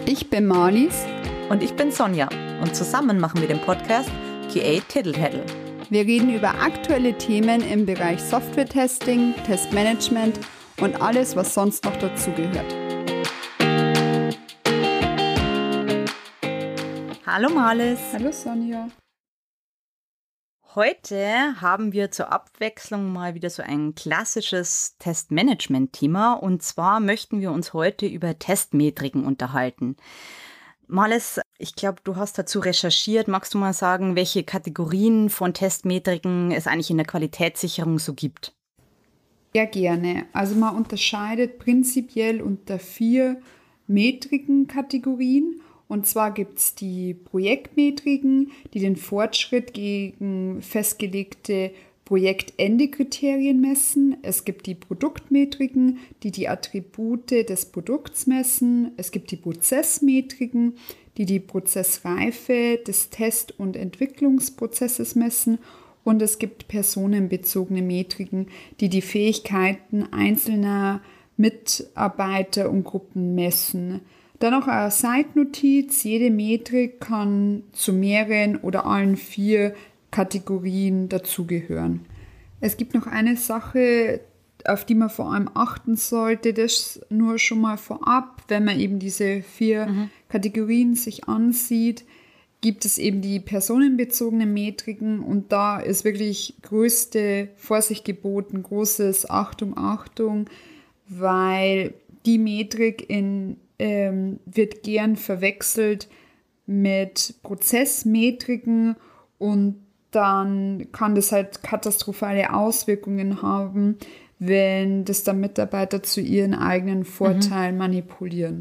Ich bin Marlies. Und ich bin Sonja. Und zusammen machen wir den Podcast QA Tiddle-Taddle. Wir reden über aktuelle Themen im Bereich Software-Testing, Testmanagement und alles, was sonst noch dazugehört. Hallo Marlies. Hallo Sonja. Heute haben wir zur Abwechslung mal wieder so ein klassisches Testmanagement-Thema. Und zwar möchten wir uns heute über Testmetriken unterhalten. Marlies, ich glaube, du hast dazu recherchiert. Magst du mal sagen, welche Kategorien von Testmetriken es eigentlich in der Qualitätssicherung so gibt? Ja, gerne. Also man unterscheidet prinzipiell unter 4 Metrikenkategorien. Und zwar gibt es die Projektmetriken, die den Fortschritt gegen festgelegte Projektendekriterien messen. Es gibt die Produktmetriken, die die Attribute des Produkts messen. Es gibt die Prozessmetriken, die die Prozessreife des Test- und Entwicklungsprozesses messen. Und es gibt personenbezogene Metriken, die die Fähigkeiten einzelner Mitarbeiter und Gruppen messen. Dann noch eine Seitennotiz: Jede Metrik kann zu mehreren oder allen 4 Kategorien dazugehören. Es gibt noch eine Sache, auf die man vor allem achten sollte, das nur schon mal vorab, wenn man eben diese 4 Kategorien sich ansieht, gibt es eben die personenbezogenen Metriken und da ist wirklich größte Vorsicht geboten, großes Achtung, weil die Metrik wird gern verwechselt mit Prozessmetriken und dann kann das halt katastrophale Auswirkungen haben, wenn das dann Mitarbeiter zu ihren eigenen Vorteilen manipulieren.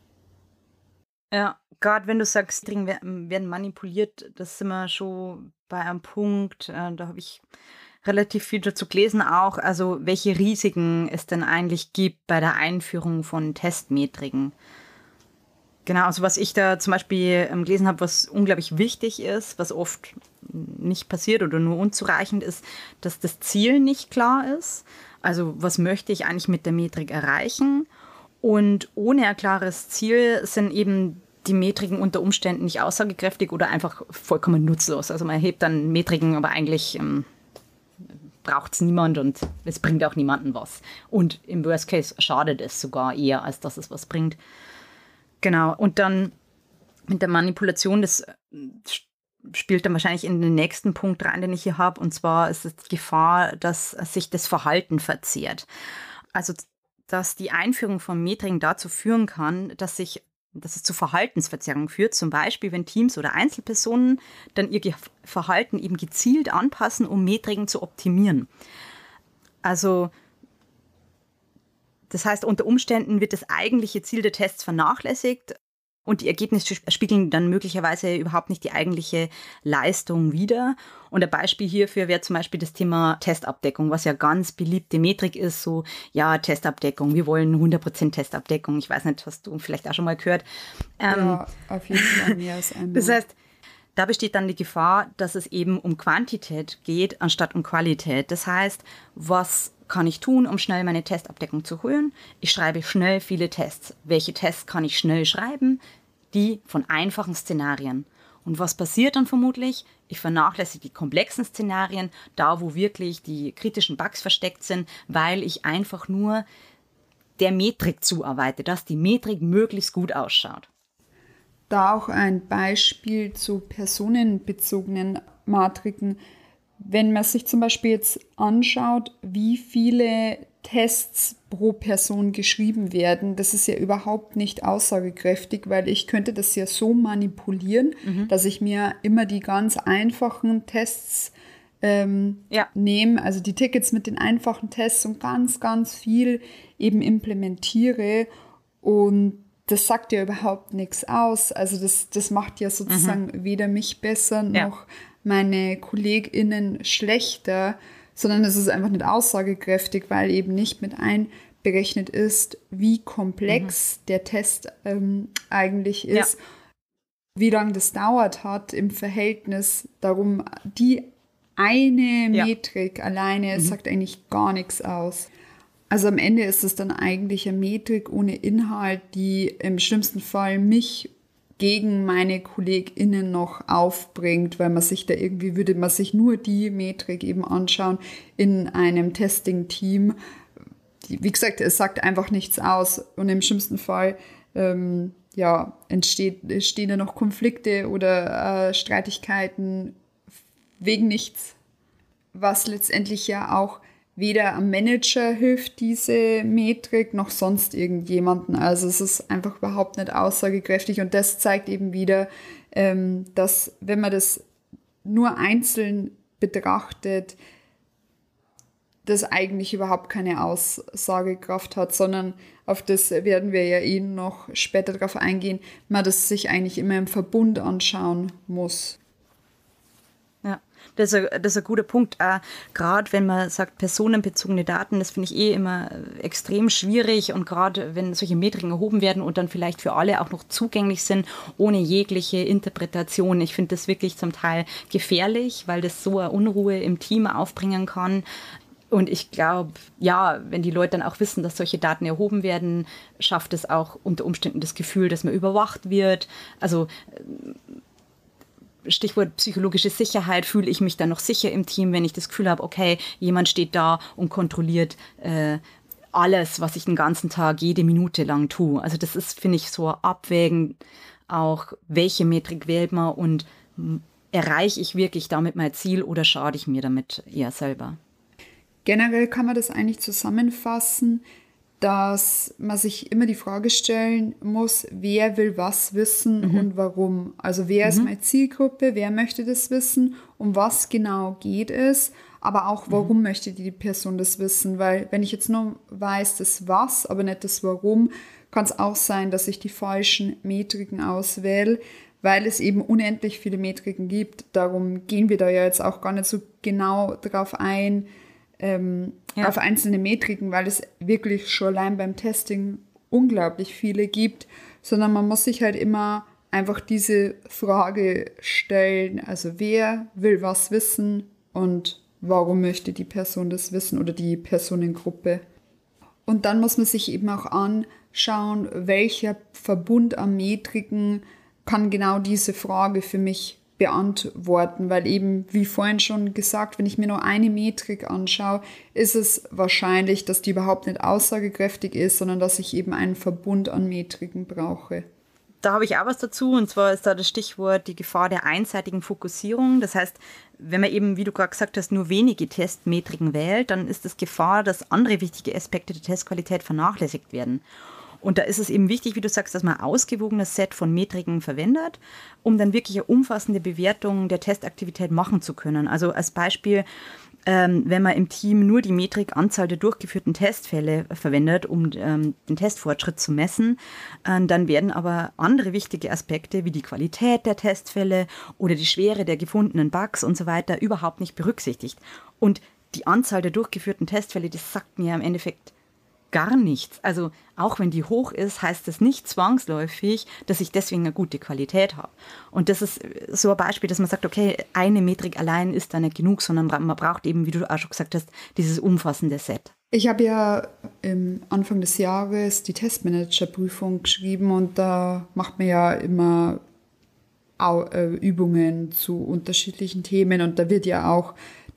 Ja, gerade wenn du sagst, Metriken werden manipuliert, das sind wir schon bei einem Punkt, da habe ich relativ viel dazu gelesen auch, also welche Risiken es denn eigentlich gibt bei der Einführung von Testmetriken. Genau, also was ich da zum Beispiel gelesen habe, was unglaublich wichtig ist, was oft nicht passiert oder nur unzureichend ist, dass das Ziel nicht klar ist. Also was möchte ich eigentlich mit der Metrik erreichen? Und ohne ein klares Ziel sind eben die Metriken unter Umständen nicht aussagekräftig oder einfach vollkommen nutzlos. Also man erhebt dann Metriken, aber eigentlich braucht es niemand und es bringt auch niemandem was. Und im Worst Case schadet es sogar eher, als dass es was bringt. Genau, und dann mit der Manipulation, das spielt dann wahrscheinlich in den nächsten Punkt rein, den ich hier habe, und zwar ist es die Gefahr, dass sich das Verhalten verzehrt. Also, dass die Einführung von Metriken dazu führen kann, dass es zu Verhaltensverzerrung führt, zum Beispiel, wenn Teams oder Einzelpersonen dann ihr Verhalten eben gezielt anpassen, um Metriken zu optimieren. Also, das heißt, unter Umständen wird das eigentliche Ziel der Tests vernachlässigt und die Ergebnisse spiegeln dann möglicherweise überhaupt nicht die eigentliche Leistung wider. Und ein Beispiel hierfür wäre zum Beispiel das Thema Testabdeckung, was ja ganz beliebte Metrik ist, so, ja, Testabdeckung, wir wollen 100% Testabdeckung. Ich weiß nicht, hast du vielleicht auch schon mal gehört. Ja, auf jeden Fall mehr als einmal. Das heißt, da besteht dann die Gefahr, dass es eben um Quantität geht, anstatt um Qualität. Das heißt, was kann ich tun, um schnell meine Testabdeckung zu holen? Ich schreibe schnell viele Tests. Welche Tests kann ich schnell schreiben? Die von einfachen Szenarien. Und was passiert dann vermutlich? Ich vernachlässige die komplexen Szenarien, da wo wirklich die kritischen Bugs versteckt sind, weil ich einfach nur der Metrik zuarbeite, dass die Metrik möglichst gut ausschaut. Da auch ein Beispiel zu personenbezogenen Metriken. Wenn man sich zum Beispiel jetzt anschaut, wie viele Tests pro Person geschrieben werden, das ist ja überhaupt nicht aussagekräftig, weil ich könnte das ja so manipulieren, dass ich mir immer die ganz einfachen Tests nehme, also die Tickets mit den einfachen Tests und ganz viel eben implementiere und das sagt ja überhaupt nichts aus. Also das macht ja sozusagen weder mich besser noch meine KollegInnen schlechter, sondern es ist einfach nicht aussagekräftig, weil eben nicht mit einberechnet ist, wie komplex der Test eigentlich ist, wie lange das dauert hat im Verhältnis. Darum, die eine Metrik alleine sagt eigentlich gar nichts aus. Also am Ende ist es dann eigentlich eine Metrik ohne Inhalt, die im schlimmsten Fall mich gegen meine KollegInnen noch aufbringt, weil man sich da irgendwie, würde man sich nur die Metrik eben anschauen in einem Testing-Team. Wie gesagt, es sagt einfach nichts aus und im schlimmsten Fall entstehen da noch Konflikte oder Streitigkeiten wegen nichts, was letztendlich ja auch weder am Manager hilft, diese Metrik, noch sonst irgendjemanden. Also es ist einfach überhaupt nicht aussagekräftig und das zeigt eben wieder, dass wenn man das nur einzeln betrachtet, das eigentlich überhaupt keine Aussagekraft hat, sondern auf das werden wir ja eh noch später drauf eingehen, man das sich eigentlich immer im Verbund anschauen muss. Ja, das ist ein guter Punkt. Gerade wenn man sagt, personenbezogene Daten, das finde ich immer extrem schwierig und gerade wenn solche Metriken erhoben werden und dann vielleicht für alle auch noch zugänglich sind, ohne jegliche Interpretation. Ich finde das wirklich zum Teil gefährlich, weil das so eine Unruhe im Team aufbringen kann. Und ich glaube, ja, wenn die Leute dann auch wissen, dass solche Daten erhoben werden, schafft es auch unter Umständen das Gefühl, dass man überwacht wird. Also Stichwort psychologische Sicherheit, fühle ich mich dann noch sicher im Team, wenn ich das Gefühl habe, okay, jemand steht da und kontrolliert alles, was ich den ganzen Tag, jede Minute lang tue. Also das ist, finde ich, so abwägen, auch welche Metrik wählt man und erreiche ich wirklich damit mein Ziel oder schade ich mir damit eher selber? Generell kann man das eigentlich zusammenfassen, dass man sich immer die Frage stellen muss, wer will was wissen und warum. Also wer ist meine Zielgruppe, wer möchte das wissen, um was genau geht es, aber auch warum möchte die Person das wissen. Weil wenn ich jetzt nur weiß, das was, aber nicht das warum, kann es auch sein, dass ich die falschen Metriken auswähle, weil es eben unendlich viele Metriken gibt. Darum gehen wir da ja jetzt auch gar nicht so genau drauf ein, auf einzelne Metriken, weil es wirklich schon allein beim Testing unglaublich viele gibt, sondern man muss sich halt immer einfach diese Frage stellen, also wer will was wissen und warum möchte die Person das wissen oder die Personengruppe. Und dann muss man sich eben auch anschauen, welcher Verbund an Metriken kann genau diese Frage für mich beantworten, weil eben, wie vorhin schon gesagt, wenn ich mir nur eine Metrik anschaue, ist es wahrscheinlich, dass die überhaupt nicht aussagekräftig ist, sondern dass ich eben einen Verbund an Metriken brauche. Da habe ich auch was dazu, und zwar ist da das Stichwort die Gefahr der einseitigen Fokussierung. Das heißt, wenn man eben, wie du gerade gesagt hast, nur wenige Testmetriken wählt, dann ist es Gefahr, dass andere wichtige Aspekte der Testqualität vernachlässigt werden. Und da ist es eben wichtig, wie du sagst, dass man ein ausgewogenes Set von Metriken verwendet, um dann wirklich eine umfassende Bewertung der Testaktivität machen zu können. Also als Beispiel, wenn man im Team nur die Metrik Anzahl der durchgeführten Testfälle verwendet, um den Testfortschritt zu messen, dann werden aber andere wichtige Aspekte wie die Qualität der Testfälle oder die Schwere der gefundenen Bugs und so weiter überhaupt nicht berücksichtigt. Und die Anzahl der durchgeführten Testfälle, das sagt mir im Endeffekt gar nichts. Also auch wenn die hoch ist, heißt das nicht zwangsläufig, dass ich deswegen eine gute Qualität habe. Und das ist so ein Beispiel, dass man sagt, okay, eine Metrik allein ist da nicht genug, sondern man braucht eben, wie du auch schon gesagt hast, dieses umfassende Set. Ich habe ja im Anfang des Jahres die Testmanager-Prüfung geschrieben und da macht man ja immer Übungen zu unterschiedlichen Themen und da wird ja auch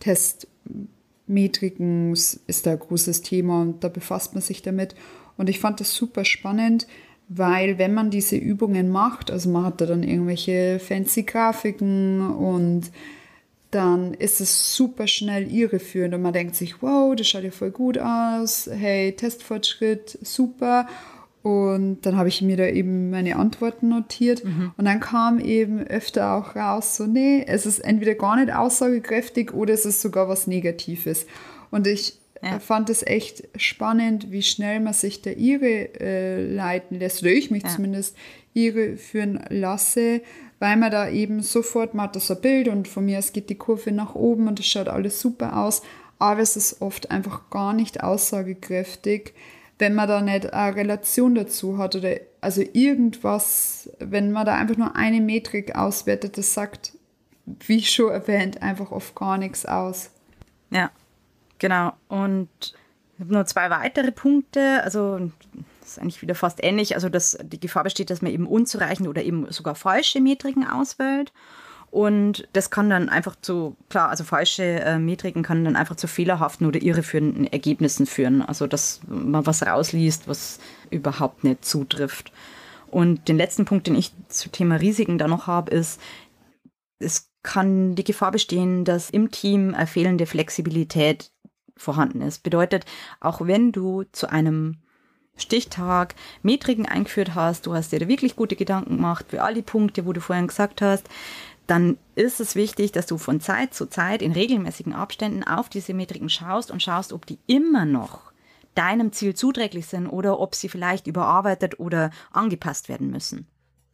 Metriken ist da ein großes Thema und da befasst man sich damit. Und ich fand das super spannend, weil wenn man diese Übungen macht, also man hat da dann irgendwelche fancy Grafiken und dann ist es super schnell irreführend und man denkt sich, wow, das schaut ja voll gut aus, hey, Testfortschritt, super. Und dann habe ich mir da eben meine Antworten notiert und dann kam eben öfter auch raus, so nee, es ist entweder gar nicht aussagekräftig oder es ist sogar was Negatives. Und ich fand es echt spannend, wie schnell man sich da leiten lässt, oder ich mich zumindest irreführen lasse, weil man da eben sofort, man hat das ein Bild und von mir aus geht die Kurve nach oben und es schaut alles super aus, aber es ist oft einfach gar nicht aussagekräftig, wenn man da nicht eine Relation dazu hat oder also irgendwas, wenn man da einfach nur eine Metrik auswertet, das sagt, wie schon erwähnt, einfach oft gar nichts aus. Ja, genau. Und Ich habe noch 2 weitere Punkte, also das ist eigentlich wieder fast ähnlich, also dass die Gefahr besteht, dass man eben unzureichende oder eben sogar falsche Metriken auswählt. Und das kann dann einfach also falsche Metriken kann dann einfach zu fehlerhaften oder irreführenden Ergebnissen führen. Also dass man was rausliest, was überhaupt nicht zutrifft. Und den letzten Punkt, den ich zum Thema Risiken da noch habe, ist, es kann die Gefahr bestehen, dass im Team eine fehlende Flexibilität vorhanden ist. Bedeutet, auch wenn du zu einem Stichtag Metriken eingeführt hast, du hast dir da wirklich gute Gedanken gemacht für all die Punkte, wo du vorhin gesagt hast, dann ist es wichtig, dass du von Zeit zu Zeit in regelmäßigen Abständen auf diese Metriken schaust und schaust, ob die immer noch deinem Ziel zuträglich sind oder ob sie vielleicht überarbeitet oder angepasst werden müssen.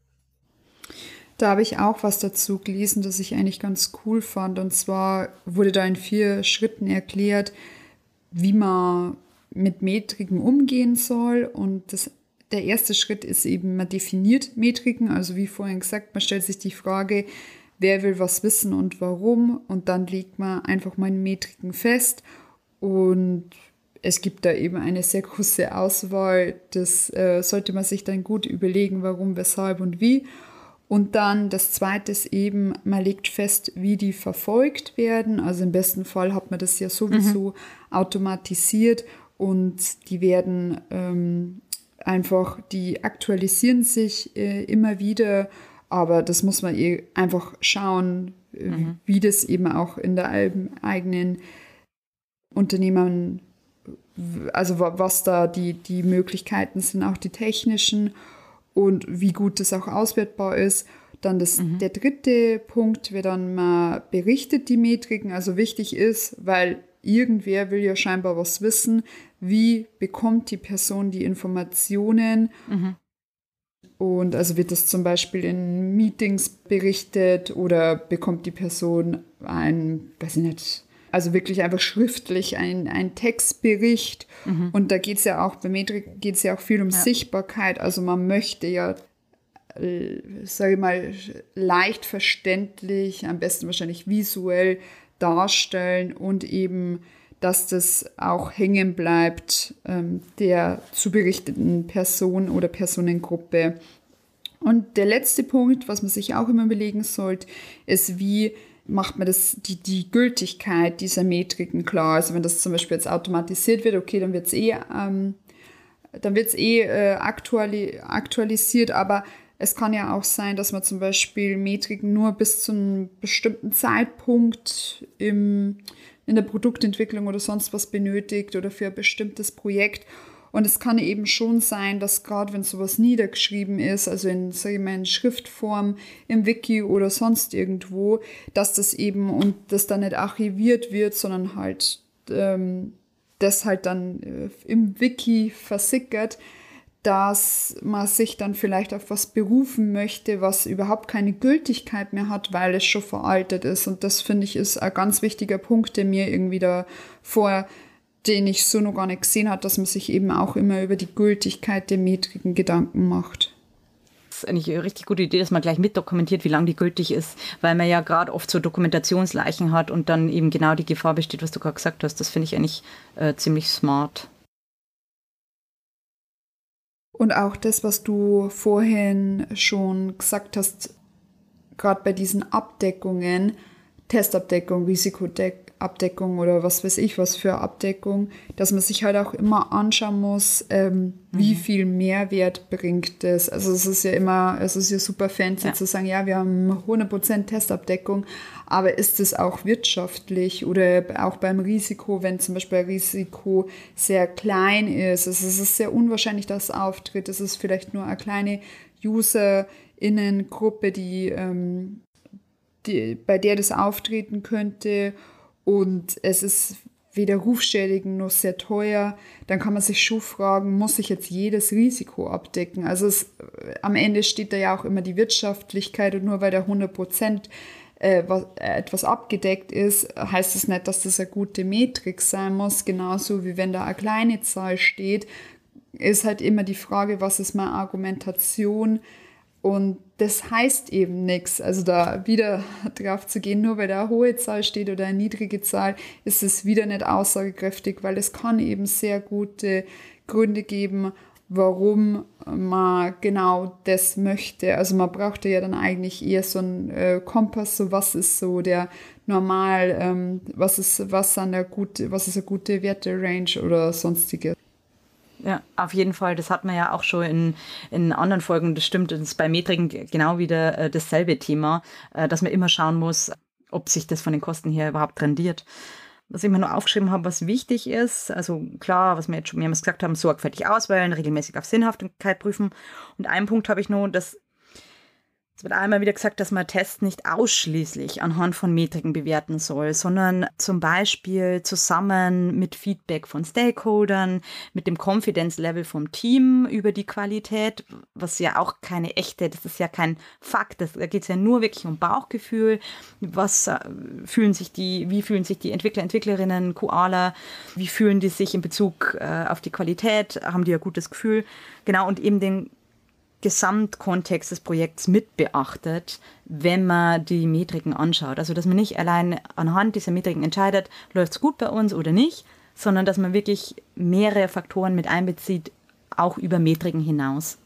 Da habe ich auch was dazu gelesen, das ich eigentlich ganz cool fand. Und zwar wurde da in 4 Schritten erklärt, wie man mit Metriken umgehen soll. Und der erste Schritt ist eben, man definiert Metriken. Also wie vorhin gesagt, man stellt sich die Frage, wer will was wissen und warum. Und dann legt man einfach mal Metriken fest. Und es gibt da eben eine sehr große Auswahl. Das sollte man sich dann gut überlegen, warum, weshalb und wie. Und dann das Zweite ist eben, man legt fest, wie die verfolgt werden. Also im besten Fall hat man das ja sowieso automatisiert und die werden die aktualisieren sich immer wieder, aber das muss man einfach schauen, wie das eben auch in der eigenen Unternehmen, also was da die Möglichkeiten sind, auch die technischen, und wie gut das auch auswertbar ist. Dann der dritte Punkt wäre dann, man berichtet die Metriken. Also wichtig ist, weil irgendwer will ja scheinbar was wissen, wie bekommt die Person die Informationen. Und also wird das zum Beispiel in Meetings berichtet oder bekommt die Person also wirklich einfach schriftlich ein Textbericht. Und da geht es ja auch, bei Metrik geht es ja auch viel um Sichtbarkeit. Also man möchte ja, sage ich mal, leicht verständlich, am besten wahrscheinlich visuell darstellen und eben, dass das auch hängen bleibt, der zu berichteten Person oder Personengruppe. Und der letzte Punkt, was man sich auch immer überlegen sollte, ist, wie macht man die Gültigkeit dieser Metriken klar. Also wenn das zum Beispiel jetzt automatisiert wird, okay, dann wird es aktualisiert, aber es kann ja auch sein, dass man zum Beispiel Metriken nur bis zu einem bestimmten Zeitpunkt in der Produktentwicklung oder sonst was benötigt oder für ein bestimmtes Projekt. Und es kann eben schon sein, dass gerade wenn sowas niedergeschrieben ist, also in Schriftform, im Wiki oder sonst irgendwo, dass das eben und das dann nicht archiviert wird, sondern halt das halt dann im Wiki versickert, dass man sich dann vielleicht auf was berufen möchte, was überhaupt keine Gültigkeit mehr hat, weil es schon veraltet ist. Und das, finde ich, ist ein ganz wichtiger Punkt, der mir irgendwie den ich so noch gar nicht gesehen habe, dass man sich eben auch immer über die Gültigkeit der Metriken Gedanken macht. Das ist eigentlich eine richtig gute Idee, dass man gleich mitdokumentiert, wie lange die gültig ist, weil man ja gerade oft so Dokumentationsleichen hat und dann eben genau die Gefahr besteht, was du gerade gesagt hast. Das finde ich eigentlich ziemlich smart. Und auch das, was du vorhin schon gesagt hast, gerade bei diesen Abdeckungen, Testabdeckung, Risikoabdeckung oder was weiß ich, was für Abdeckung, dass man sich halt auch immer anschauen muss, wie viel Mehrwert bringt das. Also es ist ja super fancy zu sagen, ja, wir haben 100% Testabdeckung, aber ist es auch wirtschaftlich oder auch beim Risiko, wenn zum Beispiel ein Risiko sehr klein ist, also es ist sehr unwahrscheinlich, dass es auftritt, es ist vielleicht nur eine kleine UserInnen-Gruppe, bei der das auftreten könnte und es ist weder rufschädigend noch sehr teuer, dann kann man sich schon fragen, muss ich jetzt jedes Risiko abdecken? Also am Ende steht da ja auch immer die Wirtschaftlichkeit und nur weil da 100% etwas abgedeckt ist, heißt das nicht, dass das eine gute Metrik sein muss. Genauso wie wenn da eine kleine Zahl steht, ist halt immer die Frage, was ist meine Argumentation, Und das heißt eben nichts. Also da wieder drauf zu gehen, nur weil da eine hohe Zahl steht oder eine niedrige Zahl, ist es wieder nicht aussagekräftig, weil es kann eben sehr gute Gründe geben, warum man genau das möchte. Also man braucht ja dann eigentlich eher so einen Kompass, so was ist so der normal, was ist eine gute Werterange oder sonstiges. Ja, auf jeden Fall. Das hat man ja auch schon in anderen Folgen. Das stimmt. Das ist bei Metriken genau wieder dasselbe Thema, dass man immer schauen muss, ob sich das von den Kosten her überhaupt rendiert. Was ich mir nur aufgeschrieben habe, was wichtig ist, also klar, was wir jetzt schon mehrmals gesagt haben, sorgfältig auswählen, regelmäßig auf Sinnhaftigkeit prüfen. Und einen Punkt habe ich noch, es wird einmal wieder gesagt, dass man Tests nicht ausschließlich anhand von Metriken bewerten soll, sondern zum Beispiel zusammen mit Feedback von Stakeholdern, mit dem Confidence-Level vom Team über die Qualität, was ja auch das ist ja kein Fakt, da geht es ja nur wirklich um Bauchgefühl, wie fühlen sich die Entwickler, Entwicklerinnen, Koala, wie fühlen die sich in Bezug auf die Qualität, haben die ein gutes Gefühl, genau, und eben den Gesamtkontext des Projekts mit beachtet, wenn man die Metriken anschaut. Also, dass man nicht allein anhand dieser Metriken entscheidet, läuft es gut bei uns oder nicht, sondern dass man wirklich mehrere Faktoren mit einbezieht, auch über Metriken hinaus.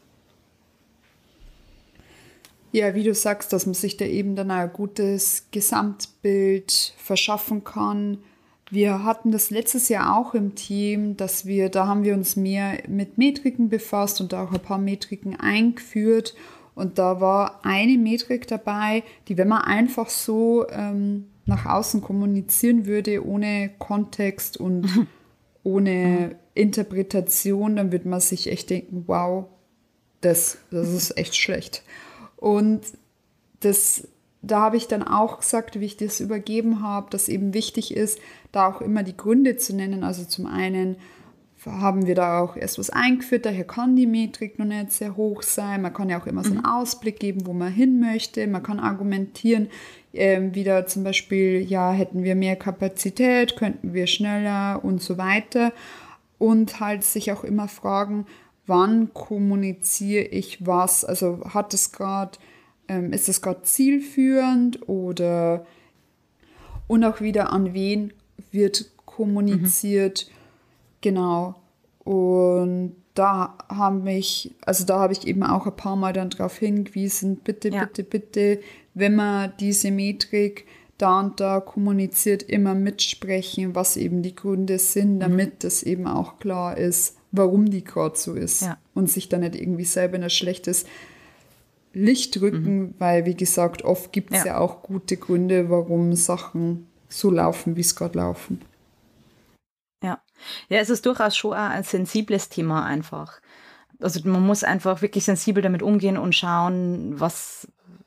Ja, wie du sagst, dass man sich da eben dann ein gutes Gesamtbild verschaffen kann. Wir hatten das letztes Jahr auch im Team, da haben wir uns mehr mit Metriken befasst und auch ein paar Metriken eingeführt. Und da war eine Metrik dabei, die, wenn man einfach so nach außen kommunizieren würde, ohne Kontext und ohne Interpretation, dann würde man sich echt denken, wow, das ist echt schlecht. Und da habe ich dann auch gesagt, wie ich das übergeben habe, dass eben wichtig ist, da auch immer die Gründe zu nennen. Also zum einen haben wir da auch erst was eingeführt, daher kann die Metrik noch nicht sehr hoch sein. Man kann ja auch immer so einen Ausblick geben, wo man hin möchte. Man kann argumentieren, wieder zum Beispiel, ja, hätten wir mehr Kapazität, könnten wir schneller und so weiter. Und halt sich auch immer fragen, wann kommuniziere ich was? Also ist es gerade zielführend oder und auch wieder an wen wird kommuniziert. Genau. Und da habe ich eben auch ein paar Mal dann darauf hingewiesen, bitte, wenn man diese Metrik da und da kommuniziert, immer mitsprechen, was eben die Gründe sind, damit das eben auch klar ist, warum die gerade so ist. Ja. Und sich dann nicht irgendwie selber in ein schlechtes Licht rücken, weil, wie gesagt, oft gibt es ja auch gute Gründe, warum Sachen so laufen, wie es gerade laufen. Ja, es ist durchaus schon auch ein sensibles Thema einfach. Also man muss einfach wirklich sensibel damit umgehen und schauen, was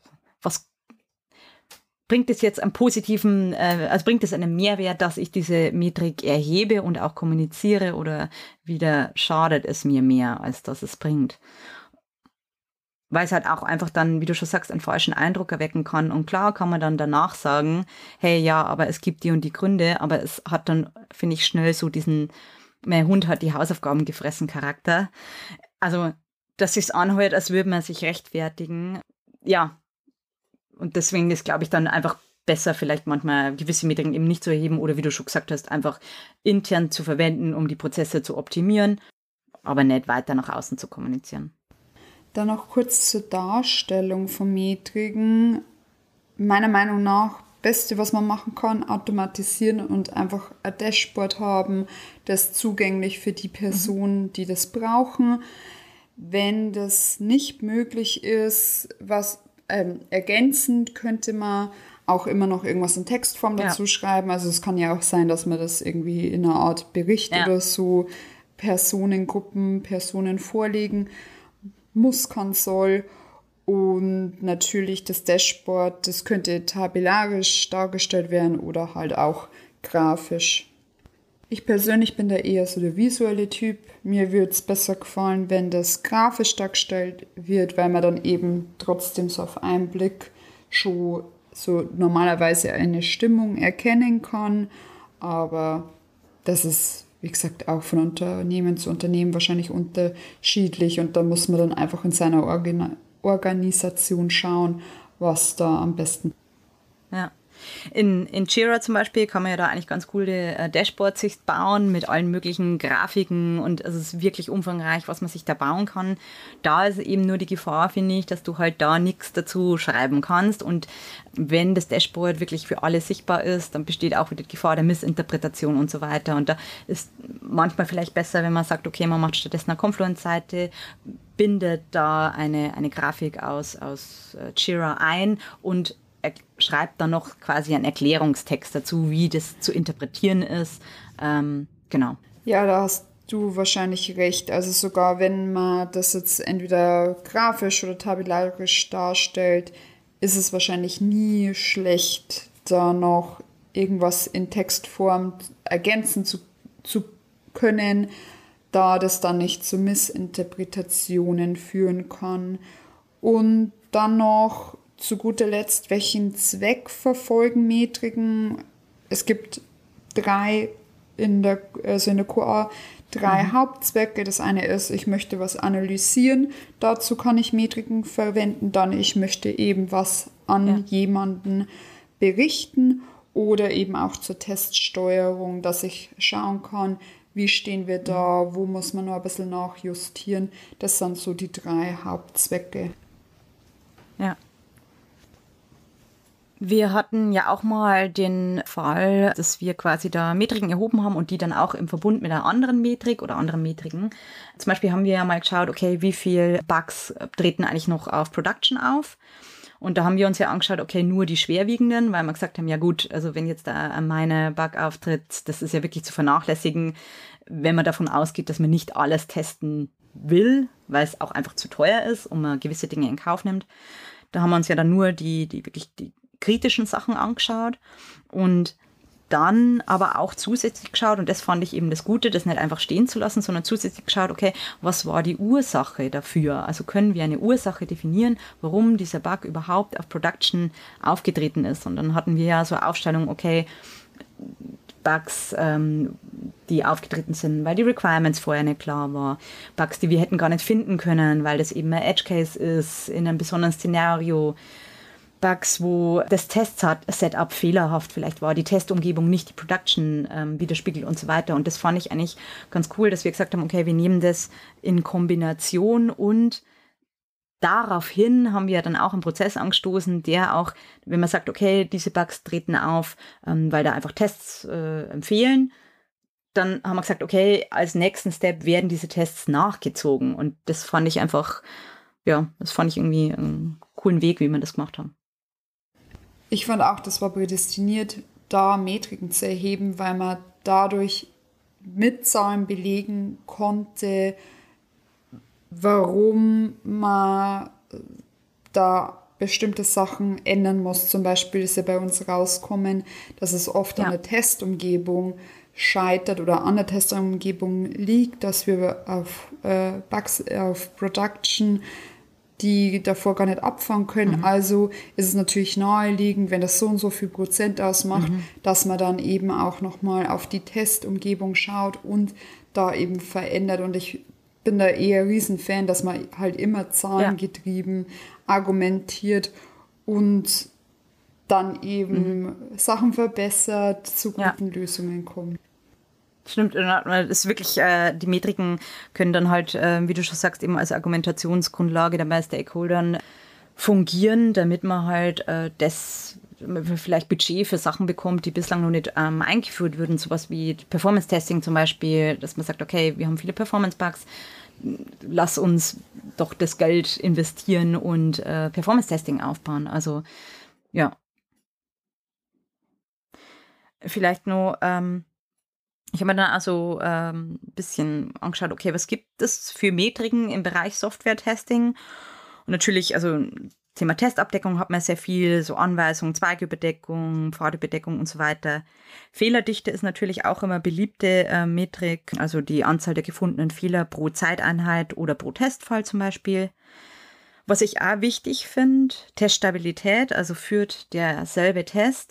bringt es jetzt einen positiven, also bringt es einen Mehrwert, dass ich diese Metrik erhebe und auch kommuniziere, oder wieder schadet es mir mehr, als dass es bringt. Weil es halt auch einfach dann, wie du schon sagst, einen falschen Eindruck erwecken kann. Und klar kann man dann danach sagen, hey, ja, aber es gibt die und die Gründe, aber es hat dann, finde ich, schnell so diesen, mein Hund hat die Hausaufgaben gefressen Charakter. Also, dass sich's anhört, als würde man sich rechtfertigen. Ja, und deswegen ist, glaube ich, dann einfach besser, vielleicht manchmal gewisse Metriken eben nicht zu erheben oder, wie du schon gesagt hast, einfach intern zu verwenden, um die Prozesse zu optimieren, aber nicht weiter nach außen zu kommunizieren. Dann noch kurz zur Darstellung von Metriken. Meiner Meinung nach, Beste, was man machen kann, automatisieren und einfach ein Dashboard haben, das zugänglich für die Personen, die das brauchen. Wenn das nicht möglich ist, ergänzend könnte man auch immer noch irgendwas in Textform dazu schreiben. Also es kann ja auch sein, dass man das irgendwie in einer Art Bericht oder so Personen vorlegen muss, soll. Und natürlich das Dashboard, das könnte tabellarisch dargestellt werden oder halt auch grafisch. Ich persönlich bin da eher so der visuelle Typ. Mir würde es besser gefallen, wenn das grafisch dargestellt wird, weil man dann eben trotzdem so auf einen Blick schon so normalerweise eine Stimmung erkennen kann. Aber das ist, wie gesagt, auch von Unternehmen zu Unternehmen wahrscheinlich unterschiedlich und da muss man dann einfach in seiner Organisation schauen, was da am besten. Ja. In Jira zum Beispiel kann man ja da eigentlich ganz coole Dashboards sich bauen mit allen möglichen Grafiken und also es ist wirklich umfangreich, was man sich da bauen kann. Da ist eben nur die Gefahr, finde ich, dass du halt da nichts dazu schreiben kannst und wenn das Dashboard wirklich für alle sichtbar ist, dann besteht auch wieder die Gefahr der Missinterpretation und so weiter und da ist manchmal vielleicht besser, wenn man sagt, okay, man macht stattdessen eine Confluence-Seite, bindet da eine Grafik aus Jira ein und schreibt dann noch quasi einen Erklärungstext dazu, wie das zu interpretieren ist. Genau. Ja, da hast du wahrscheinlich recht. Also sogar wenn man das jetzt entweder grafisch oder tabellarisch darstellt, ist es wahrscheinlich nie schlecht, da noch irgendwas in Textform ergänzen zu können, da das dann nicht zu Missinterpretationen führen kann. Und dann noch zu guter Letzt, welchen Zweck verfolgen Metriken? Es gibt in der QA drei Hauptzwecke. Das eine ist, ich möchte was analysieren. Dazu kann ich Metriken verwenden. Dann, ich möchte eben was an jemanden berichten oder eben auch zur Teststeuerung, dass ich schauen kann, wie stehen wir da, wo muss man noch ein bisschen nachjustieren. Das sind so die 3 Hauptzwecke. Ja. Wir hatten ja auch mal den Fall, dass wir quasi da Metriken erhoben haben und die dann auch im Verbund mit einer anderen Metrik oder anderen Metriken. Zum Beispiel haben wir ja mal geschaut, okay, wie viel Bugs treten eigentlich noch auf Production auf? Und da haben wir uns ja angeschaut, okay, nur die schwerwiegenden, weil wir gesagt haben, ja gut, also wenn jetzt da meine Bug auftritt, das ist ja wirklich zu vernachlässigen, wenn man davon ausgeht, dass man nicht alles testen will, weil es auch einfach zu teuer ist und man gewisse Dinge in Kauf nimmt. Da haben wir uns ja dann nur die kritischen Sachen angeschaut und dann aber auch zusätzlich geschaut, und das fand ich eben das Gute, das nicht einfach stehen zu lassen, sondern zusätzlich geschaut, okay, was war die Ursache dafür? Also können wir eine Ursache definieren, warum dieser Bug überhaupt auf Production aufgetreten ist? Und dann hatten wir ja so eine Aufstellung, okay, Bugs, die aufgetreten sind, weil die Requirements vorher nicht klar waren, Bugs, die wir hätten gar nicht finden können, weil das eben ein Edge Case ist, in einem besonderen Szenario, Bugs, wo das Test-Setup fehlerhaft vielleicht war, die Testumgebung nicht die Production widerspiegelt und so weiter. Und das fand ich eigentlich ganz cool, dass wir gesagt haben, okay, wir nehmen das in Kombination und daraufhin haben wir dann auch einen Prozess angestoßen, der auch, wenn man sagt, okay, diese Bugs treten auf, weil da einfach Tests empfehlen, dann haben wir gesagt, okay, als nächsten Step werden diese Tests nachgezogen. Und das fand ich einfach, ja, das fand ich irgendwie einen coolen Weg, wie wir das gemacht haben. Ich fand auch, das war prädestiniert, da Metriken zu erheben, weil man dadurch mit Zahlen belegen konnte, warum man da bestimmte Sachen ändern muss. Zum Beispiel ist ja bei uns rauskommen, dass es oft an der Testumgebung scheitert oder an der Testumgebung liegt, dass wir auf Bugs auf Production die davor gar nicht abfangen können. Also ist es natürlich naheliegend, wenn das so und so viel Prozent ausmacht, dass man dann eben auch nochmal auf die Testumgebung schaut und da eben verändert. Und ich bin da eher Riesenfan, dass man halt immer zahlengetrieben argumentiert und dann eben Sachen verbessert, zu guten Lösungen kommt. Stimmt, das ist wirklich, die Metriken können dann halt, wie du schon sagst, eben als Argumentationsgrundlage dabei Stakeholdern fungieren, damit man halt das vielleicht Budget für Sachen bekommt, die bislang noch nicht eingeführt würden, sowas wie Performance-Testing zum Beispiel, dass man sagt, okay, wir haben viele Performance-Bugs, lass uns doch das Geld investieren und Performance-Testing aufbauen. Also, ja. Vielleicht nur ich habe mir dann also ein bisschen angeschaut, okay, was gibt es für Metriken im Bereich Software-Testing? Und natürlich, also Thema Testabdeckung hat man sehr viel, so Anweisungen, Zweigüberdeckung, Pfadüberdeckung und so weiter. Fehlerdichte ist natürlich auch immer beliebte Metrik, also die Anzahl der gefundenen Fehler pro Zeiteinheit oder pro Testfall zum Beispiel. Was ich auch wichtig finde, Teststabilität, also führt derselbe Test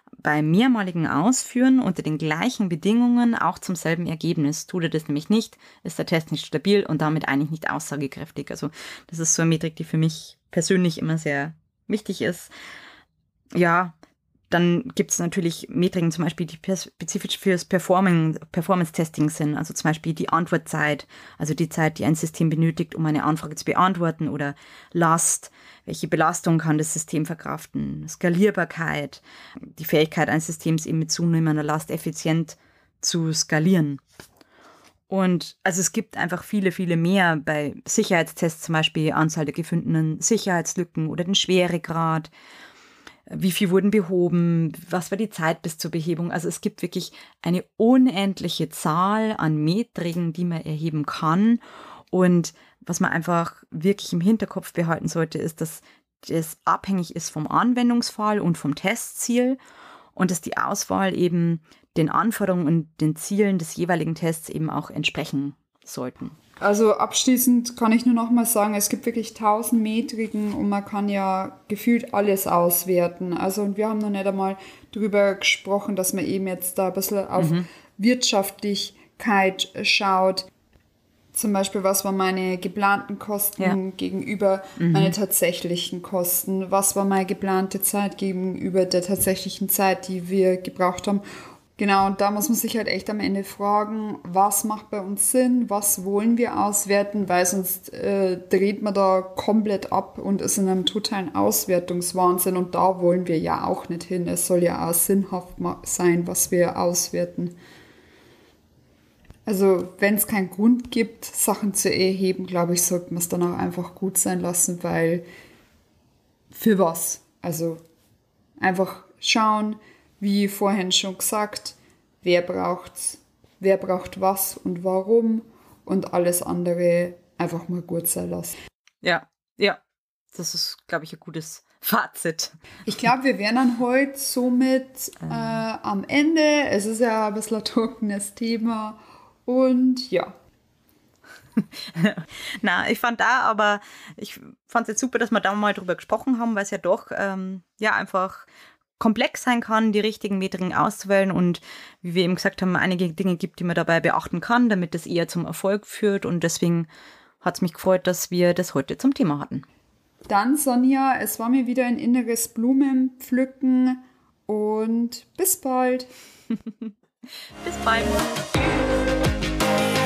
bei mehrmaligen Ausführen unter den gleichen Bedingungen auch zum selben Ergebnis. Tut er das nämlich nicht, ist der Test nicht stabil und damit eigentlich nicht aussagekräftig. Also das ist so eine Metrik, die für mich persönlich immer sehr wichtig ist. Ja, dann gibt es natürlich Metriken zum Beispiel, die spezifisch fürs Performance-Testing sind. Also zum Beispiel die Antwortzeit, also die Zeit, die ein System benötigt, um eine Anfrage zu beantworten, oder Last, welche Belastung kann das System verkraften, Skalierbarkeit, die Fähigkeit eines Systems eben mit zunehmender Last effizient zu skalieren. Und also es gibt einfach viele, viele mehr bei Sicherheitstests, zum Beispiel Anzahl der gefundenen Sicherheitslücken oder den Schweregrad. Wie viel wurden behoben? Was war die Zeit bis zur Behebung? Also es gibt wirklich eine unendliche Zahl an Metriken, die man erheben kann. Und was man einfach wirklich im Hinterkopf behalten sollte, ist, dass das abhängig ist vom Anwendungsfall und vom Testziel und dass die Auswahl eben den Anforderungen und den Zielen des jeweiligen Tests eben auch entsprechen sollten. Also abschließend kann ich nur noch mal sagen, es gibt wirklich 1000 Metriken und man kann ja gefühlt alles auswerten. Also und wir haben noch nicht einmal darüber gesprochen, dass man eben jetzt da ein bisschen auf Wirtschaftlichkeit schaut. Zum Beispiel, was waren meine geplanten Kosten gegenüber meine tatsächlichen Kosten? Was war meine geplante Zeit gegenüber der tatsächlichen Zeit, die wir gebraucht haben? Genau, und da muss man sich halt echt am Ende fragen, was macht bei uns Sinn, was wollen wir auswerten, weil sonst dreht man da komplett ab und ist in einem totalen Auswertungswahnsinn und da wollen wir ja auch nicht hin. Es soll ja auch sinnhaft sein, was wir auswerten. Also wenn es keinen Grund gibt, Sachen zu erheben, glaube ich, sollte man es dann auch einfach gut sein lassen, weil für was? Also einfach schauen, wie vorhin schon gesagt, wer braucht was und warum und alles andere einfach mal gut sein lassen. Ja, das ist, glaube ich, ein gutes Fazit. Ich glaube, wir wären dann heute somit am Ende. Es ist ja ein bisschen ein trockenes Thema und ja. Na, ich fand es jetzt super, dass wir da mal drüber gesprochen haben, weil es ja doch einfach komplex sein kann, die richtigen Metriken auszuwählen und wie wir eben gesagt haben, einige Dinge gibt, die man dabei beachten kann, damit es eher zum Erfolg führt und deswegen hat es mich gefreut, dass wir das heute zum Thema hatten. Dann, Sonja, es war mir wieder ein inneres Blumenpflücken und bis bald. Bis bald. Tschüss.